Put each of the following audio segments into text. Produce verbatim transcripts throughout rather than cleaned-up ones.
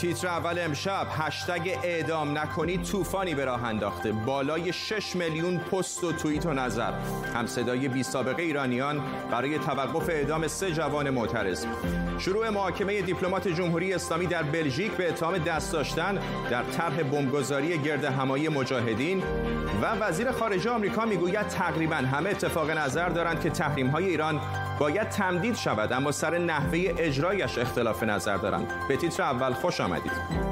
تیتر اول امشب، هشتگ اعدام نکنید طوفانی به راه انداخته. بالای شش میلیون پست و توییت و نظر. همصدای بی سابقه ایرانیان برای توقف اعدام سه جوان معترض. شروع محاکمه دیپلمات جمهوری اسلامی در بلژیک به اتهام دست داشتن در طرح بمبگذاری گردهمایی مجاهدین. و وزیر خارجه آمریکا میگوید تقریبا همه اتفاق نظر دارند که تحریم‌های ایران باید تمدید شود، اما سر نحوه اجرایش اختلاف نظر دارند. به تیتر اول خوش آمدید.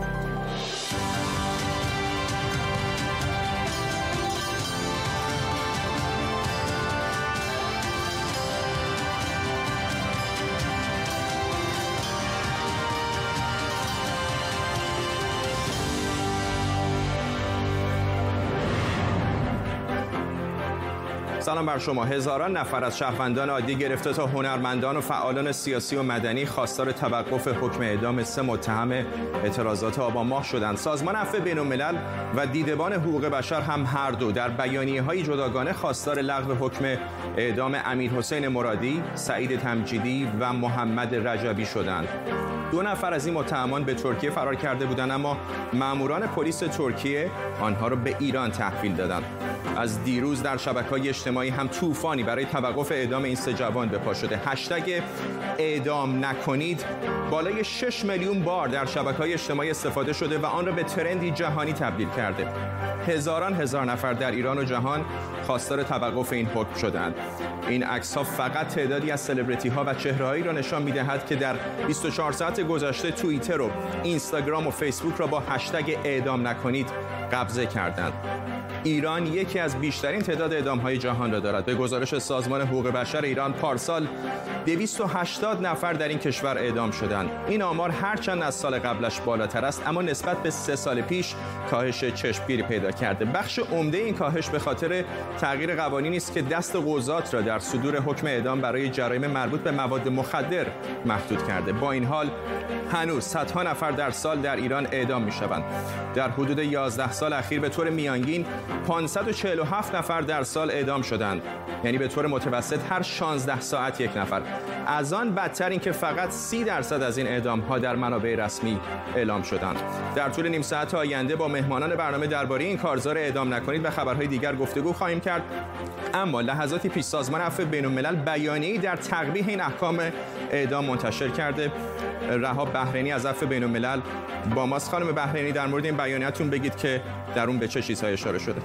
سلام بر شما. هزاران نفر از شهروندان عادی گرفته تا هنرمندان و فعالان سیاسی و مدنی خواستار توقف حکم اعدام سه متهم اعتراضات آبان ماه شدند. سازمان عفو بین‌الملل و دیدبان حقوق بشر هم هر دو در بیانیه‌های جداگانه خواستار لغو حکم اعدام امیرحسین مرادی، سعید تمجیدی و محمد رجبی شدند. دو نفر از این متهمان به ترکیه فرار کرده بودند، اما ماموران پلیس ترکیه آنها را به ایران تحویل دادند. از دیروز در شبکه‌های اجتماعی هم طوفانی برای توقف اعدام این سه جوان به پا شده. هشتگ اعدام نکنید بالای شش میلیون بار در شبکه‌های اجتماعی استفاده شده و آن را به ترندی جهانی تبدیل کرده. هزاران هزار نفر در ایران و جهان خواستار توقف این حکم شدند. این عکس‌ها فقط تعدادی از سلبریتی‌ها و چهره‌هایی را نشان می‌دهد که در بیست و چهار ساعت گذشته توییتر و اینستاگرام و فیسبوک را با هشتگ اعدام نکنید قبضه کردند. ایران یکی از بیشترین تعداد اعدام‌های جهان را دارد. به گزارش سازمان حقوق بشر ایران پارسال دویست و هشتاد نفر در این کشور اعدام شدند. این آمار هرچند از سال قبلش بالاتر است، اما نسبت به سه سال پیش کاهش چشمگیری پیدا کرده. بخش عمده این کاهش به خاطر تغییر قوانینی است که دست قضات را در صدور حکم اعدام برای جرایم مربوط به مواد مخدر محدود کرده. با این حال هنوز صدها نفر در سال در ایران اعدام می‌شوند. در حدود یازده سال اخیر به طور میانگین پانصد و چهل و هفت نفر در سال اعدام شدند، یعنی به طور متوسط هر شانزده ساعت یک نفر. از آن بدتر این که فقط سی درصد از این اعدام‌ها در منابع رسمی اعلام شدند. در طول نیم ساعت آینده با مهمانان برنامه درباره این کارزار اعدام نکنید و خبرهای دیگر گفتگو خواهیم کرد. اما لحظاتی پیش سازمان عفو بین‌الملل بیانیه‌ای در تقبیح این احکام اعدام منتشر کرده. رهاب بحرینی از عفو بین‌الملل با ماست. خانم بحرینی، در مورد این بیانیه‌تون بگید که در اون به چه چیزهای اشاره شده؟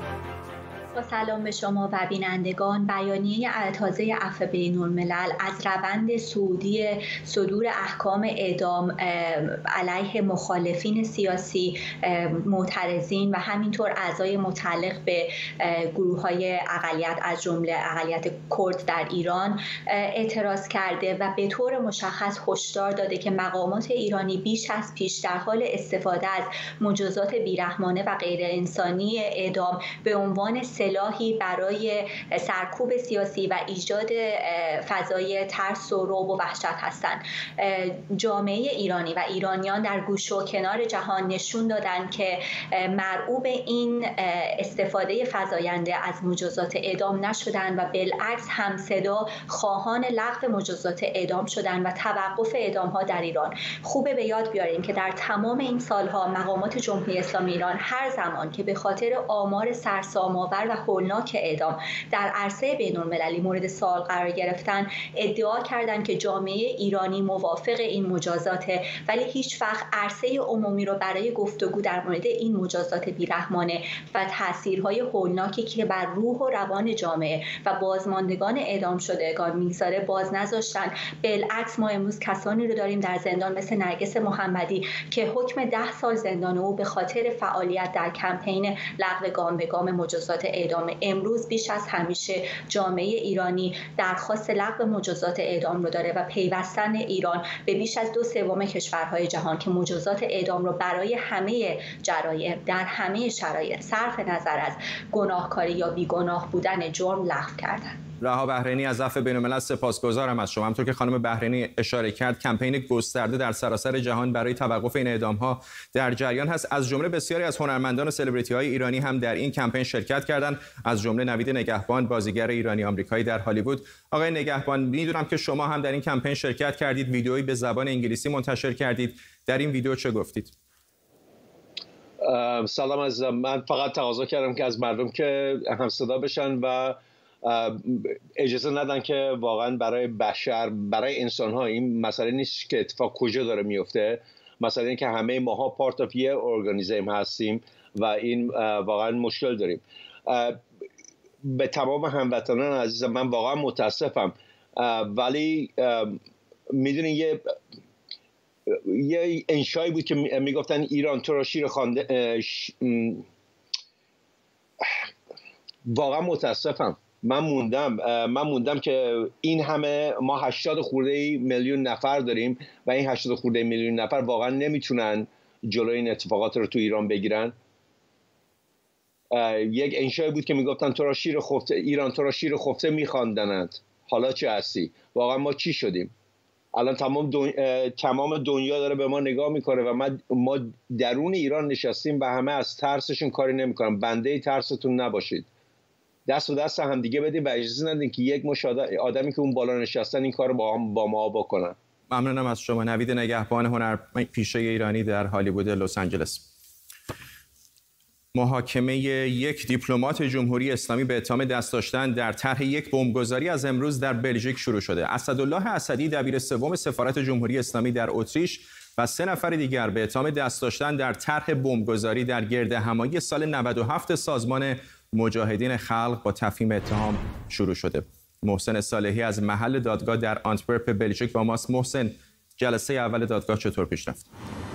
با سلام به شما و بینندگان. بیانیه تازه عفو بین‌الملل از روند سعودی صدور احکام اعدام علیه مخالفین سیاسی، معترضین و همینطور اعضای متعلق به گروه‌های اقلیت از جمله اقلیت کرد در ایران اعتراض کرده و به طور مشخص هشدار داده که مقامات ایرانی بیش از پیش در حال استفاده از مجازات بیرحمانه و غیر انسانی اعدام به عنوان سلاحی برای سرکوب سیاسی و ایجاد فضای ترس و رعب و وحشت هستند. جامعه ایرانی و ایرانیان در گوشه و کنار جهان نشون دادن که مرعوب این استفاده فزاینده از مجازات اعدام نشدن و بالعکس همصدا خواهان لغو مجازات اعدام شدن و توقف اعدام ها در ایران. خوبه به یاد بیاریم که در تمام این سالها مقامات جمهوری اسلامی ایران هر زمان که به خاطر آمار سرسام‌آور و هولناک اعدام در عرصه بین‌المللی مورد سوال قرار گرفتن، ادعا کردند که جامعه ایرانی موافق این مجازاته، ولی هیچ وقت عرصه عمومی رو برای گفتگو در مورد این مجازات بیرحمانه و تاثیرهای هولناکی که بر روح و روان جامعه و بازماندگان اعدام شدگان میگذاره باز نذاشتن. بالعکس ما امروز کسانی رو داریم در زندان مثل نرگس محمدی که حکم ده سال زندان او به خاطر فعالیت در کمپین لغو گام به گام مجازات اعدام. امروز بیش از همیشه جامعه ایرانی درخواست لغو مجازات اعدام رو داره و پیوستن ایران به بیش از دو سوم کشورهای جهان که مجازات اعدام رو برای همه جرایم در همه شرایط صرف نظر از گناهکاری یا بیگناه بودن جرم لغو کردن. رها بحرینی از عفو بین‌الملل سپاسگزارم از شما. همونطور که خانم بحرینی اشاره کرد، کمپین گسترده در سراسر جهان برای توقف این اعدام‌ها در جریان هست. از جمله بسیاری از هنرمندان و سلبریتی‌های ایرانی هم در این کمپین شرکت کردند، از جمله نوید نگهبان، بازیگر ایرانی آمریکایی در هالیوود. آقای نگهبان، می‌دونم که شما هم در این کمپین شرکت کردید، ویدیویی به زبان انگلیسی منتشر کردید. در این ویدیو چه گفتید؟ سلام عزیزم. من فقط تقاضا کردم که از مردم که هم صدا بشن و اجازه ندن که واقعا برای بشر، برای انسان ها این مسئله نیست که اتفاق کجا داره میفته. مسئله این که همه ماها پارت اف یه ارگانیزم هستیم و این واقعا مشکل داریم. به تمام هموطنان عزیزم من واقعا متاسفم، ولی میدونین یه یه انشایی بود که میگفتن ایران تو را شیر خوانده. واقعا متاسفم. من موندم من موندم که این همه ما هشتاد خورده میلیون نفر داریم و این هشتاد خورده میلیون نفر واقعا نمیتونن جلوی این اتفاقات رو تو ایران بگیرن. یک انشایی بود که میگفتن تو را شیر خفته، ایران تو را شیر خفته میخواندند، حالا چه هستی؟ واقعا ما چی شدیم؟ الان تمام دنیا، تمام دنیا داره به ما نگاه میکنه و ما ما درون ایران نشستیم و همه از ترسشون کاری نمیکنن. بنده ترستون نباشید، دست و دست هم دیگه بدیم و اجازه ندین که یک مش آدمی که اون بالا نشستن این کارو با هم با ما بکنن. ممنونم از شما. نوید نگهبان هنرپیشه ایرانی در هالیوود لس آنجلس. محاکمه یک دیپلمات جمهوری اسلامی به اتهام دست داشتن در طرح یک بمبگذاری از امروز در بلژیک شروع شده. اسدالله اسدی دبیر سوم سفارت جمهوری اسلامی در اتریش و سه نفر دیگر به اتهام دست داشتن در طرح بمبگذاری در گردهمایی سال نود و هفت سازمان مجاهدین خلق با تفهیم اتهام شروع شده. محسن صالحی از محل دادگاه در آنتورپ بلژیک با ماست. محسن، جلسه اول دادگاه چطور پیش رفت؟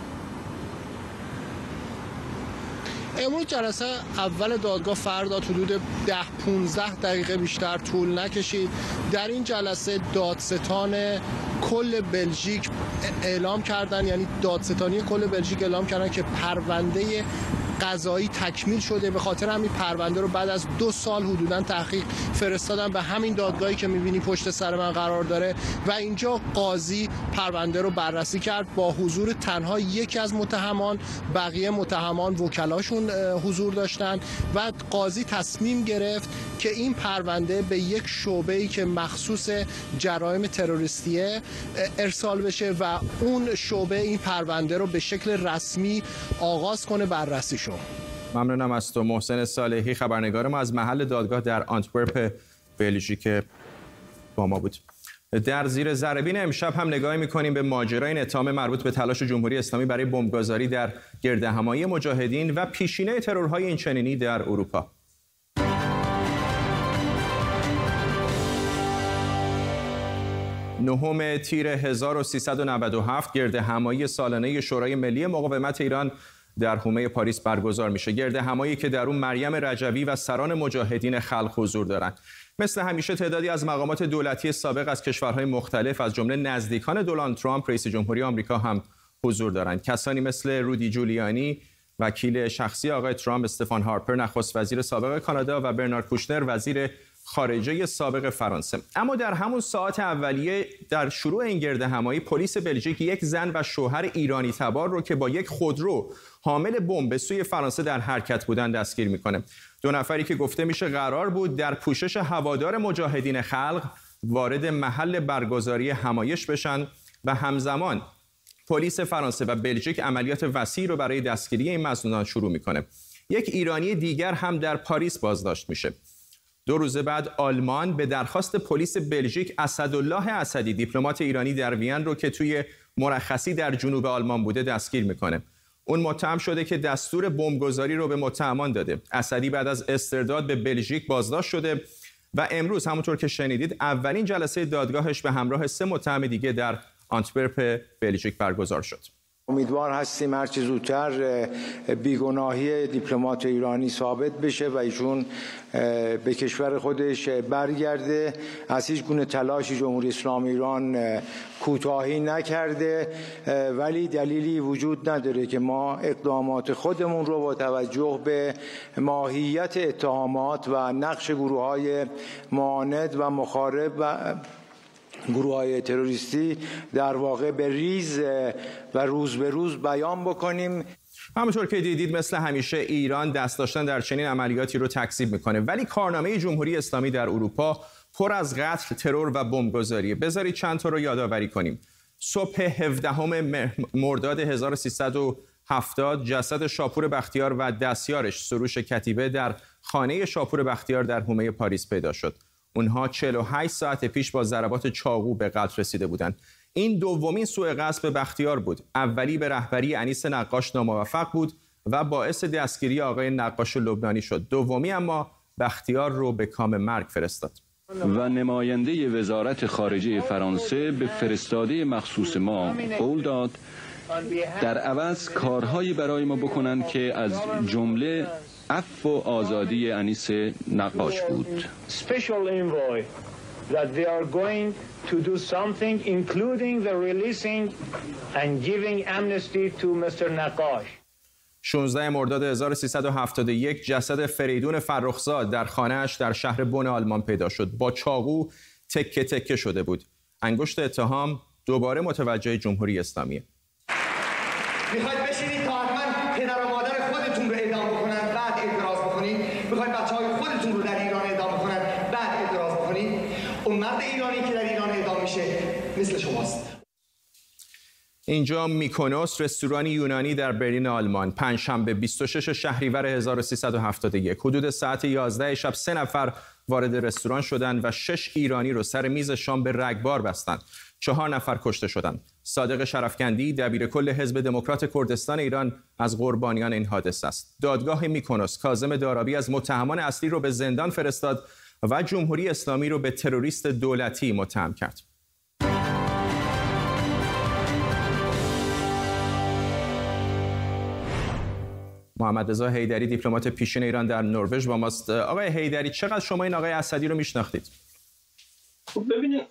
امروز جلسه اول دادگاه فردا حدود ده پانزده دقیقه بیشتر طول نکشید. در این جلسه دادستان کل بلژیک اعلام کردن، یعنی دادستانی کل بلژیک اعلام کردن که پرونده قضایی تکمیل شده. به خاطر همین پرونده رو بعد از دو سال حدوداً تحقیق فرستادن به همین دادگاهی که می‌بینی پشت سر من قرار داره و اینجا قاضی پرونده رو بررسی کرد با حضور تنها یکی از متهمان. بقیه متهمان وکلاشون حضور داشتن و قاضی تصمیم گرفت که این پرونده به یک شعبه‌ای که مخصوص جرایم تروریستیه ارسال بشه و اون شعبه این پرونده رو به شکل رسمی آغاز کنه بررسی شو. ممنونم از تو. محسن صالحی خبرنگار ما از محل دادگاه در آنتورپ بلژیک با ما بود. در زیر ذره‌بین امشب هم نگاهی می‌کنیم به ماجرای این اتهام مربوط به تلاش جمهوری اسلامی برای بمبگذاری در گردهمایی مجاهدین و پیشینه ترورهای اینچنینی در اروپا. نهم تیر هزار و سیصد و نود و هفت گردهمایی سالانه شورای ملی مقاومت ایران در حومه پاریس برگزار میشه. گردهمایی که در اون مریم رجوی و سران مجاهدین خلق حضور دارند. مثل همیشه تعدادی از مقامات دولتی سابق از کشورهای مختلف از جمله نزدیکان دونالد ترامپ رئیس جمهوری آمریکا هم حضور دارند. کسانی مثل رودی جولیانی وکیل شخصی آقای ترامپ، استفان هارپر نخست وزیر سابق کانادا و برنارد کوشنر وزیر خارجه سابق فرانسه. اما در همون ساعات اولیه در شروع این گردهمایی پلیس بلژیک یک زن و شوهر ایرانی تبار رو که با یک خودرو حامل بمب به سوی فرانسه در حرکت بودن دستگیر میکنه. دو نفری که گفته میشه قرار بود در پوشش هوادار مجاهدین خلق وارد محل برگزاری همایش بشن و همزمان پلیس فرانسه و بلژیک عملیات وسیعی رو برای دستگیری این مظنونان شروع میکنه. یک ایرانی دیگر هم در پاریس بازداشت میشه. دو روز بعد آلمان به درخواست پلیس بلژیک اسدالله اسدی دیپلمات ایرانی در وین رو که توی مرخصی در جنوب آلمان بوده دستگیر میکنه. اون متهم شده که دستور بمبگذاری رو به متهمان داده. اسدی بعد از استرداد به بلژیک بازداشت شده و امروز همونطور که شنیدید اولین جلسه دادگاهش به همراه سه متهم دیگه در آنتورپ بلژیک برگزار شد. امیدوار هستیم هر چه زودتر بیگناهی دیپلمات ایرانی ثابت بشه و ایشون به کشور خودش برگرده. از هیچ گونه تلاشی جمهوری اسلامی ایران کوتاهی نکرده، ولی دلیلی وجود نداره که ما اقدامات خودمون رو با توجه به ماهیت اتهامات و نقش گروه‌های معاند و مخالف و گروه‌های تروریستی در واقع به ریز و روز به روز بیان بکنیم. همونطور که دیدید مثل همیشه ایران دست داشتن در چنین عملیاتی رو تکذیب میکنه، ولی کارنامه جمهوری اسلامی در اروپا پر از قتل، ترور و بمبگذاریه. بذارید چند تا رو یادآوری کنیم. صبح هفدهم مرداد هزار و سیصد و هفتاد جسد شاپور بختیار و دستیارش سروش کتیبه در خانه شاپور بختیار در حومه پاریس پیدا شد. اونها چهل و هشت ساعت پیش با ضربات چاقو به قتل رسیده بودند. این دومین سوء قصد به بختیار بود. اولی به رهبری انیس نقاش ناموفق بود و باعث دستگیری آقای نقاش لبنانی شد. دومی اما بختیار رو به کام مرگ فرستاد. و نماینده وزارت خارجه فرانسه به فرستاده مخصوص ما قول داد در عوض کارهایی برای ما بکنند که از جمله عفو و آزادی انیس نقاش بود. to do something including the releasing and giving amnesty to Mister Naqash. شانزده مرداد هزار و سیصد و هفتاد و یک جسد فریدون فرخزاد در خانه‌اش در شهر بن آلمان پیدا شد. با چاقو تکه تکه شده بود. انگشت اتهام دوباره متوجه جمهوری اسلامیه. میخواید بشینید تا حتما پدر و مادر خودتون رو اعدام بکنن بعد اعتراض بکنید؟ میخواید بچه‌های خودتون رو در ایران اعدام بکنن بعد اعتراض بکنید؟ اون مرد ایرانی که در ایران اعدام میشه مثل شماست. اینجا میکونوس، رستورانی یونانی در برلین آلمان، پنجشنبه بیست و شش شهریور هزار و سیصد و هفتاد و یک حدود ساعت یازده شب سه نفر وارد رستوران شدند و شش ایرانی رو سر میز شام به رگبار بستند. چهار نفر کشته شدند. صادق شرفکندی، دبیرکل حزب دموکرات کردستان ایران، از قربانیان این حادثه است. دادگاه میکونوس کاظم دارابی از متهمان اصلی رو به زندان فرستاد و جمهوری اسلامی رو به تروریست دولتی متهم کرد. محمد رضا حیدری، دیپلمات پیشین ایران در نروژ با ماست. آقای حیدری، چقدر شما این آقای اسدی رو میشناختید؟ خب ببینید،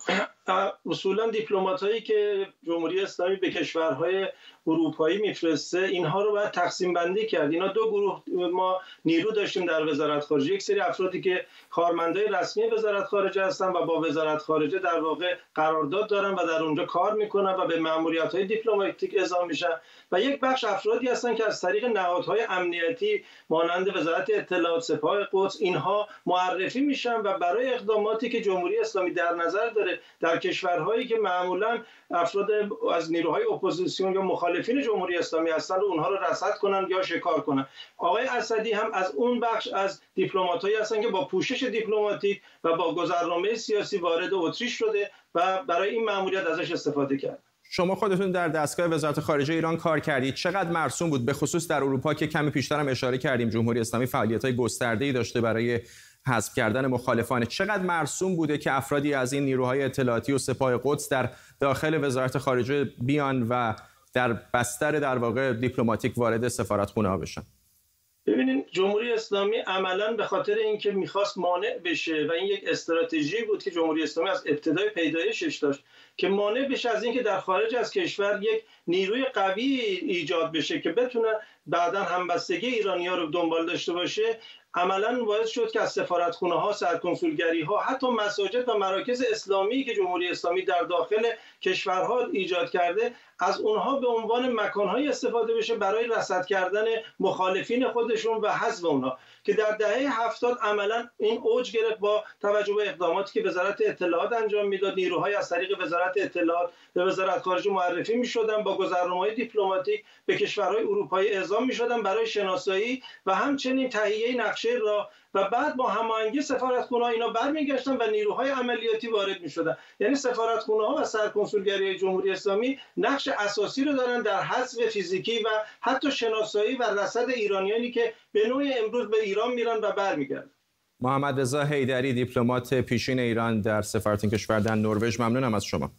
اصولا دیپلماتایی که جمهوری اسلامی به کشورهای اروپایی میفرسته اینها رو باید تقسیم بندی کرد. اینا دو گروه ما نیرو داشتیم در وزارت خارجه، یک سری افرادی که کارمندای رسمی وزارت خارجه هستن و با وزارت خارجه در واقع قرارداد دارن و در اونجا کار میکنن و به ماموریت‌های دیپلماتیک اعزام میشن، و یک بخش افرادی هستن که از طریق نهادهای امنیتی مانند وزارت اطلاعات، سپاه قدس اینها معرفی میشن و برای اقداماتی که جمهوری اسلامی در نظر داره در کشورهایی که معمولا افراد از نیروهای اپوزیسیون یا مخالفین جمهوری اسلامی هستند و اونها رو رصد کنن یا شکار کنن. آقای اسدی هم از اون بخش از دیپلماتایی هستن که با پوشش دیپلماتیک و با گذرنامه سیاسی وارد اتریش شده و برای این مأموریت ازش استفاده کرد. شما خودتون در دستگاه وزارت خارجه ایران کار کردید. چقدر مرسوم بود، به خصوص در اروپا که کمی پیشتر هم اشاره کردیم جمهوری اسلامی فعالیت‌های گسترده‌ای داشته برای حذف کردن مخالفان، چقدر مرسوم بوده که افرادی از این نیروهای اطلاعاتی و سپاه قدس در داخل وزارت خارجه بیان و در بستر در واقع دیپلماتیک وارد سفارتخونه‌ها بشن؟ ببینید، جمهوری اسلامی عملاً به خاطر اینکه میخواست مانع بشه و این یک استراتژی بود که جمهوری اسلامی از ابتدای پیدایشش داشت که مانع بشه از اینکه در خارج از کشور یک نیروی قوی ایجاد بشه که بتونه بعداً همبستگی ایرانی‌ها رو دنبال داشته باشه، عملاً باعث شد که از سفارتخونه‌ها، سرکنسولگری‌ها، حتی مساجد و مراکز اسلامی که جمهوری اسلامی در داخل کشورها ایجاد کرده، از اونها به عنوان مکان‌های استفاده بشه برای رصد کردن مخالفین خودشون و حذف اونها، که در دهه هفتاد عملاً این اوج گرفت با توجه به اقداماتی که وزارت اطلاعات انجام میداد. نیروهای از طریق وزارت اطلاعات به وزارت خارجه معرفی می‌شدن، با گذرنامه‌های دیپلماتیک به کشورهای اروپایی اعزام می‌شدن برای شناسایی و همچنین تهیه نقشه راه، و بعد با هماهنگی سفارتخونه‌ها اینا برمیگشتن و نیروهای عملیاتی وارد می‌شدن. یعنی سفارتخونه‌ها و سرکنسولگری جمهوری اسلامی نقش اساسی رو دارن در حذف فیزیکی و حتی شناسایی و رصد ایرانیانی که به نوعی امروز به ایران میرن و برمیگردن. محمد رضا حیدری، دیپلمات پیشین ایران در سفارت این کشور در نروژ، ممنونم از شما.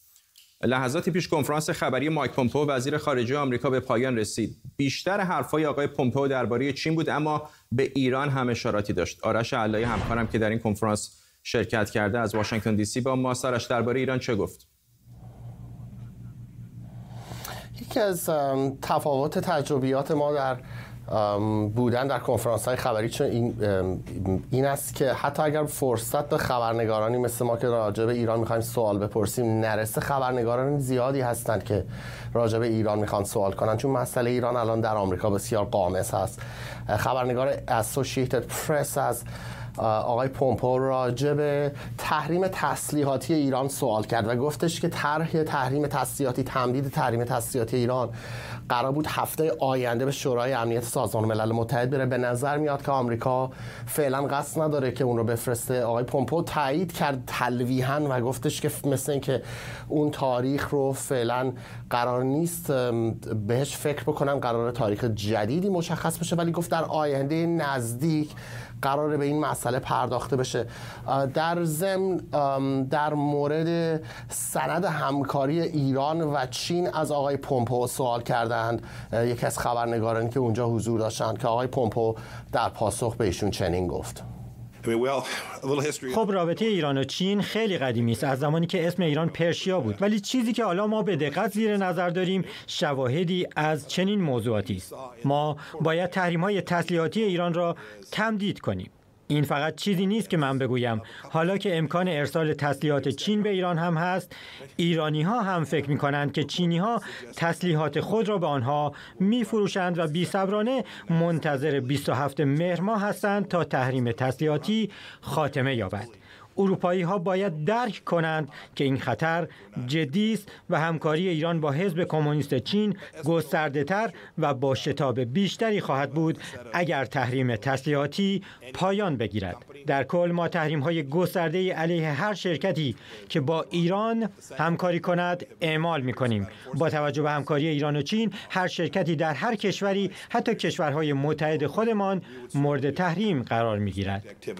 لحظاتی پیش کنفرانس خبری مایک پومپئو وزیر خارجه آمریکا به پایان رسید. بیشتر حرفای آقای پومپئو درباره چین بود، اما به ایران هم اشاراتی داشت. آرش علایی همکارم که در این کنفرانس شرکت کرده از واشنگتن دی سی با ما. آرش، درباره ایران چه گفت؟ یکی از تفاوت تجربیات ما در بودن در کنفرانس‌های خبری چون این این است که حتی اگر فرصت به خبرنگارانی مثل ما که راجع به ایران می‌خوایم سوال بپرسیم نرسه، خبرنگاران زیادی هستند که راجع به ایران می‌خوان سوال کنن، چون مسئله ایران الان در آمریکا بسیار قامص هست. خبرنگار اسوسییتد پرس از آقای پومپئو راجع به تحریم تسلیحاتی ایران سوال کرد و گفتش که طرح تحریم تسلیحاتی، تمدید تحریم تسلیحاتی ایران قرار بود هفته آینده به شورای امنیت سازمان ملل متحد بره. به نظر میاد که آمریکا فعلا قصد نداره که اون رو بفرسته. آقای پومپئو تایید کرد تلویحاً و گفتش که مثل اینکه اون تاریخ رو فعلا قرار نیست بهش فکر بکنن، قرار تاریخ جدیدی مشخص بشه، ولی گفت در آینده نزدیک قراره به این مسئله پرداخته بشه. در ضمن در مورد سند همکاری ایران و چین از آقای پومپئو سوال کردند یکی از خبرنگارانی که اونجا حضور داشتند که آقای پومپئو در پاسخ به ایشون چنین گفت: خب رابطه ایران و چین خیلی قدیمی است، از زمانی که اسم ایران پرشیا بود، ولی چیزی که حالا ما به دقت زیر نظر داریم شواهدی از چنین موضوعاتی است. ما باید تحریم‌های تسلیحاتی ایران را تمدید کنیم. این فقط چیزی نیست که من بگویم. حالا که امکان ارسال تسلیحات چین به ایران هم هست، ایرانی ها هم فکر می کنند که چینی ها تسلیحات خود را به آنها می فروشند و بی‌صبرانه منتظر بیست و هفتم مهر ماه هستند تا تحریم تسلیحاتی خاتمه یابد. اروپایی ها باید درک کنند که این خطر جدی است و همکاری ایران با حزب کمونیست چین گسترده تر و با شتاب بیشتری خواهد بود اگر تحریم تسلیحاتی پایان بگیرد. در کل ما تحریم های گسترده علیه هر شرکتی که با ایران همکاری کند اعمال می کنیم. با توجه به همکاری ایران و چین، هر شرکتی در هر کشوری، حتی کشورهای متحد خودمان، مورد تحریم قرار می گیرد.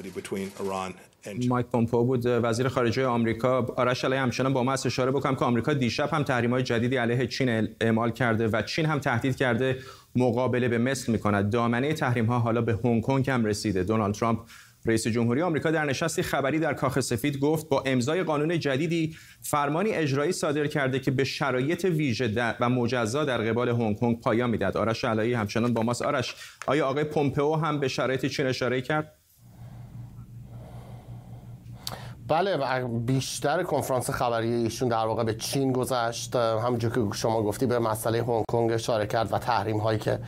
مایک پومپئو بود وزیر خارجه آمریکا. آرش علی همچنان با ما از اشاره بکنم که آمریکا دیشب هم تحریم‌های جدیدی علیه چین اعمال کرده و چین هم تهدید کرده مقابله به مثل می‌کند. دامنه تحریم‌ها حالا به هنگ کنگ هم رسیده. دونالد ترامپ رئیس جمهوری آمریکا در نشستی خبری در کاخ سفید گفت با امضای قانون جدیدی فرمانی اجرایی صادر کرده که به شرایط ویژه و مجزا در قبال هنگ کنگ پایان می‌دهد. آرش علی همچنان با ماست. آرش، آیا آقای پومپئو هم به شرایط چین اشاره کرد؟ بله، بیشتر کنفرانس خبری ایشون در واقع به چین گذشت. همونجور که شما گفتی به مسئله هنگ کنگ اشاره کرد و تحریم هایی که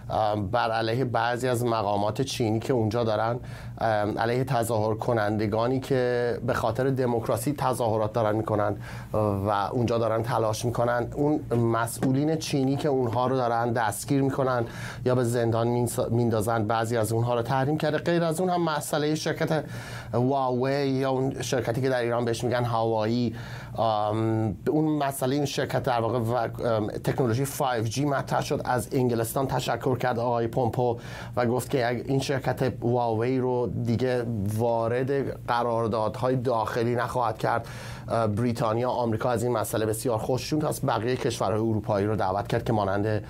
بر علیه بعضی از مقامات چینی که اونجا دارن، علیه تظاهر کنندگانی که به خاطر دموکراسی تظاهرات دارن میکنن و اونجا دارن تلاش میکنن، اون مسئولین چینی که اونها رو دارن دستگیر میکنن یا به زندان میندازن، بعضی از اونها رو تحریم کرده. غیر از اون هم مسئله شرکت هواوی یا اون شرکتی که در ایران بهش میگن هوایی، اون مسئله این شرکت در واقع و تکنولوژی فایو جی مطرح شد. از انگلستان تشکر کرد آقای پومپئو و گفت که این شرکت هواوی رو دیگه وارد قراردادهای داخلی نخواهد کرد. بریتانیا، آمریکا از این مسئله بسیار خوششون است. بقیه کشورهای اروپایی رو دعوت کرد که مانند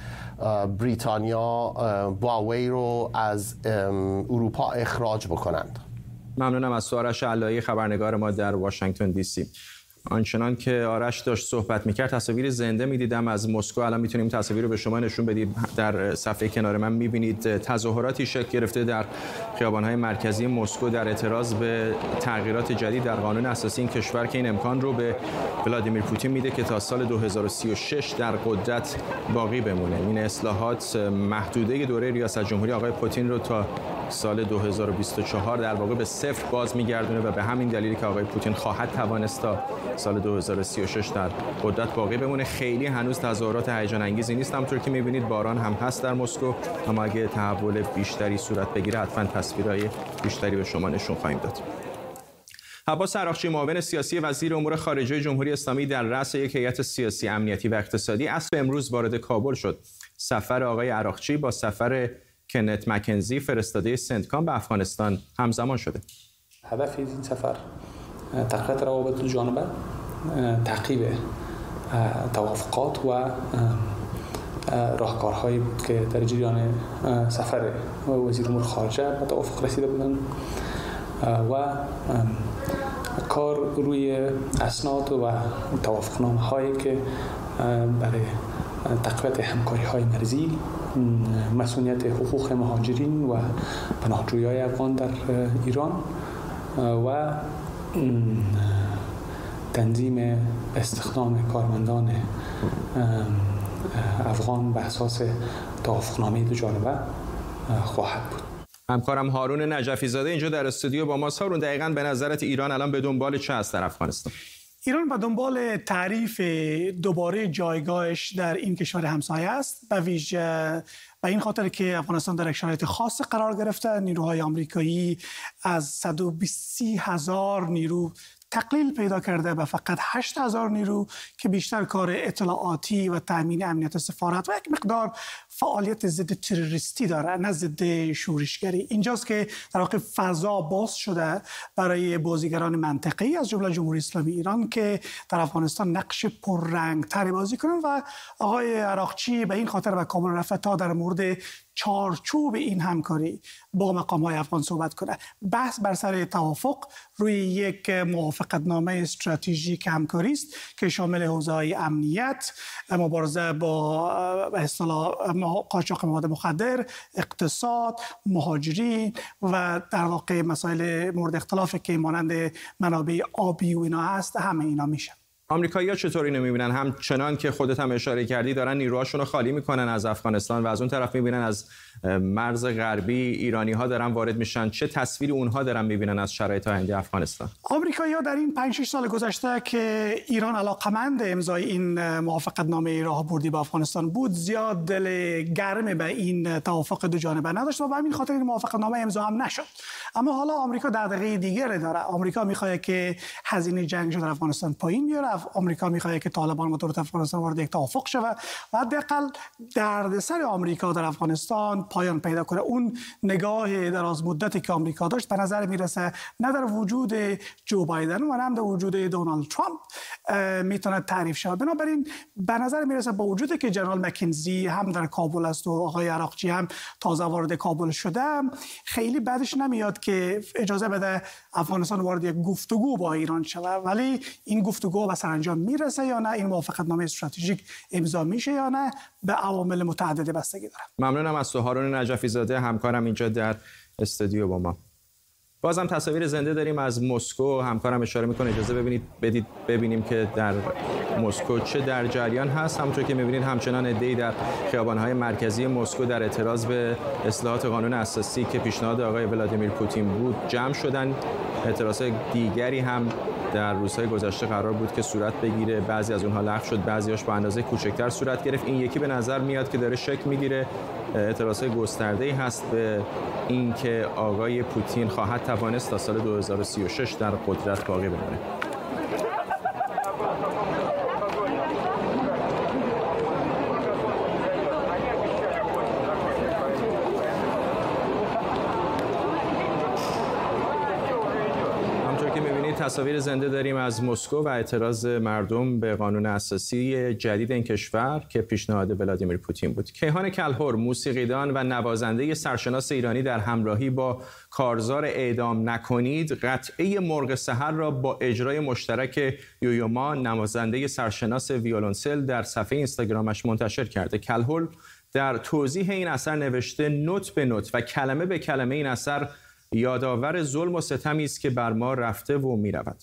بریتانیا هواوی رو از اروپا اخراج بکنند. ممنونم از آرش علایی خبرنگار ما در واشنگتن دی سی. آنچنان که آرش داشت صحبت میکرد تصاویر زنده میدیدم از مسکو. الان میتونیم تصاویر رو به شما نشون بدیم. در صفحه کنار من میبینید تظاهراتی شکل گرفته در خیابان‌های مرکزی مسکو در اعتراض به تغییرات جدید در قانون اساسی این کشور که این امکان رو به ولادیمیر پوتین میده که تا سال دو هزار و سی و شش در قدرت باقی بمونه. این اصلاحات محدوده دوره ریاست جمهوری آقای پوتین رو تا سال دو هزار و بیست و چهار در واقع به صفر باز میگردونه و به همین دلیلی که آقای پوتین خواهد توانست تا سال دو هزار و سی و شش در قدرت باقی بمونه. خیلی هنوز تظاهرات هیجان انگیزی نیست. همونطور که میبینید باران هم هست در مسکو، اما اگه تحول بیشتری صورت بگیره حتما تصویرهای بیشتری به شما نشون خواهیم داد. عباس عراقچی، معاون سیاسی وزیر امور خارجه جمهوری اسلامی، در رأس یک هیئت سیاسی، امنیتی و اقتصادی عصر امروز وارد کابل شد. سفر آقای عراقچی با سفر کنت مکنزی، فرستاده سنتکام به افغانستان، همزمان شده. هدف این سفر تقویت روابط دو جانبه، تعقیب توافقات و راهکارهایی بود که در جریان سفر وزیر امور خارجه به توافق رسیده بودند و کار روی اسناد و توافقنامه هایی که برای تقویت همکاری های مرزی، مسئولیت حقوق مهاجرین و پناهجویان افغان در ایران و تنظیم استخدام کارمندان افغان به اساس توافقنامه دو جانبه خواهد بود. همکارم هارون نجفی زاده اینجا در استودیو با ماست. هارون، دقیقاً به نظرت ایران الان به دنبال چه است در افغانستان؟ ایران به دنبال تعریف دوباره جایگاهش در این کشور همسایه است، به ویژه به این خاطر که افغانستان در یک شرایط خاص قرار گرفته. نیروهای آمریکایی از صد و بیست هزار نیرو تقلیل پیدا کرده به فقط هشت هزار نیرو که بیشتر کار اطلاعاتی و تامین امنیت سفارت و یک مقدار فعالیت ضد تروریستی داره، نه ضد شورشگری. اینجاست که در واقع فضا باز شده برای بازیگران منطقه‌ای از جمله جمهوری اسلامی ایران که در افغانستان نقش پررنگ‌تری بازی کنند و آقای عراقچی به این خاطر به کابل رفته تا در مورد چارچوب این همکاری با مقام‌های افغان صحبت کنه. بحث بر سر توافق روی یک موافقتنامه استراتژیک همکاری است که شامل حوزه‌های امنیت، مبارزه با به اصطلاح قاچاق مواد مخدر، اقتصاد، مهاجرین و در واقع مسائل مورد اختلافی که مانند منابع آبی و اینا هست، همه اینا میشه. آمریکایی‌ها چطور اینو می‌بینن؟ همچنان که خودت هم اشاره کردی دارن نیروهاشون رو خالی میکنن از افغانستان و از اون طرف می‌بینن از مرز غربی ایرانی‌ها دارن وارد میشن. چه تصویری اونها دارن می‌بینن از شرایط آینده افغانستان؟ آمریکایی‌ها در این پنج شش سال گذشته که ایران علاقمند امضای این موافقتنامه راهبردی با افغانستان بود، زیاد دل گرم به این توافق دو جانبه نداشت و به همین خاطر این موافقتنامه امضا هم نشد. اما حالا آمریکا دغدغه دیگری داره. آمریکا می‌خواد که هزینه جنگش در افغانستان پایین بیاره. آمریکا می‌خواد که طالبان با دولت افغانستان وارد یک توافق شود و حداقل دردسر آمریکا در افغانستان پایان پیدا کنه. اون نگاه دراز مدتی که آمریکا داشت به نظر میرسه نه در وجود جو بایدن و نه در وجود دونالد ترامپ میتونه تعریف شود. بنابراین به نظر میرسه با وجودی که جنرال مکنزی هم در کابل است و آقای عراقچی هم تازه وارد کابل شده، خیلی بعدش نمیاد که اجازه بده افغانستان وارد یک گفتگو با ایران شود. ولی این گفتگو به سرانجام میرسه یا نه، این موافقتنامه استراتژیک امضا میشه یا نه، به عوامل متعددی بستگی داره. ممنونم از تو هارون نجفی زاده، همکارم اینجا در استودیو با ما. بازم تصاویر زنده داریم از مسکو. همکارم اشاره میکنه اجازه ببینید بدید ببینیم که در مسکو چه در جریان هست. همونطور که میبینید همچنان عده‌ای در خیابان‌های مرکزی مسکو در اعتراض به اصلاحات قانون اساسی که پیشنهاد آقای ولادیمیر پوتین بود جمع شدن. اعتراضات دیگری هم در روزهای گذشته قرار بود که صورت بگیره، بعضی از اونها لغو شد، بعضیاش با اندازه کوچکتر صورت گرفت. این یکی به نظر میاد که داره شکل میگیره. اعتراضات گسترده‌ای هست به این که آقای پوتین خواهد توانست تا سال دو هزار و سی و شش در قدرت باقی بمانه. تصاویر زنده داریم از مسکو و اعتراض مردم به قانون اساسی جدید این کشور که پیشنهاد ولادیمیر پوتین بود. کیهان کلهر، موسیقیدان و نوازنده سرشناس ایرانی در همراهی با کارزار اعدام نکنید قطعه مرغ سحر را با اجرای مشترک یویوما، نوازنده سرشناس ویولنسل، در صفحه اینستاگرامش منتشر کرده. کلهر در توضیح این اثر نوشته نوت به نوت و کلمه به کلمه این اثر یادآور ظلم و ستمی است که بر ما رفته و می‌رود.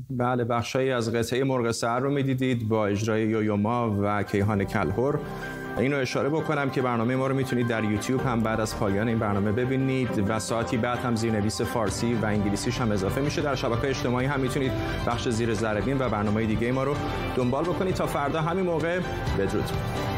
بله، بخشایی از قطعه مرغ سحر رو میدیدید با اجرای یویوما و کیهان کلهر. اینو اشاره بکنم که برنامه ما رو میتونید در یوتیوب هم بعد از پایان این برنامه ببینید و ساعتی بعد هم زیرنویس فارسی و انگلیسیش هم اضافه میشه. در شبکه‌های اجتماعی هم میتونید بخش زیر ذره بین و برنامه‌های دیگه ما رو دنبال بکنید. تا فردا همین موقع، بدرود.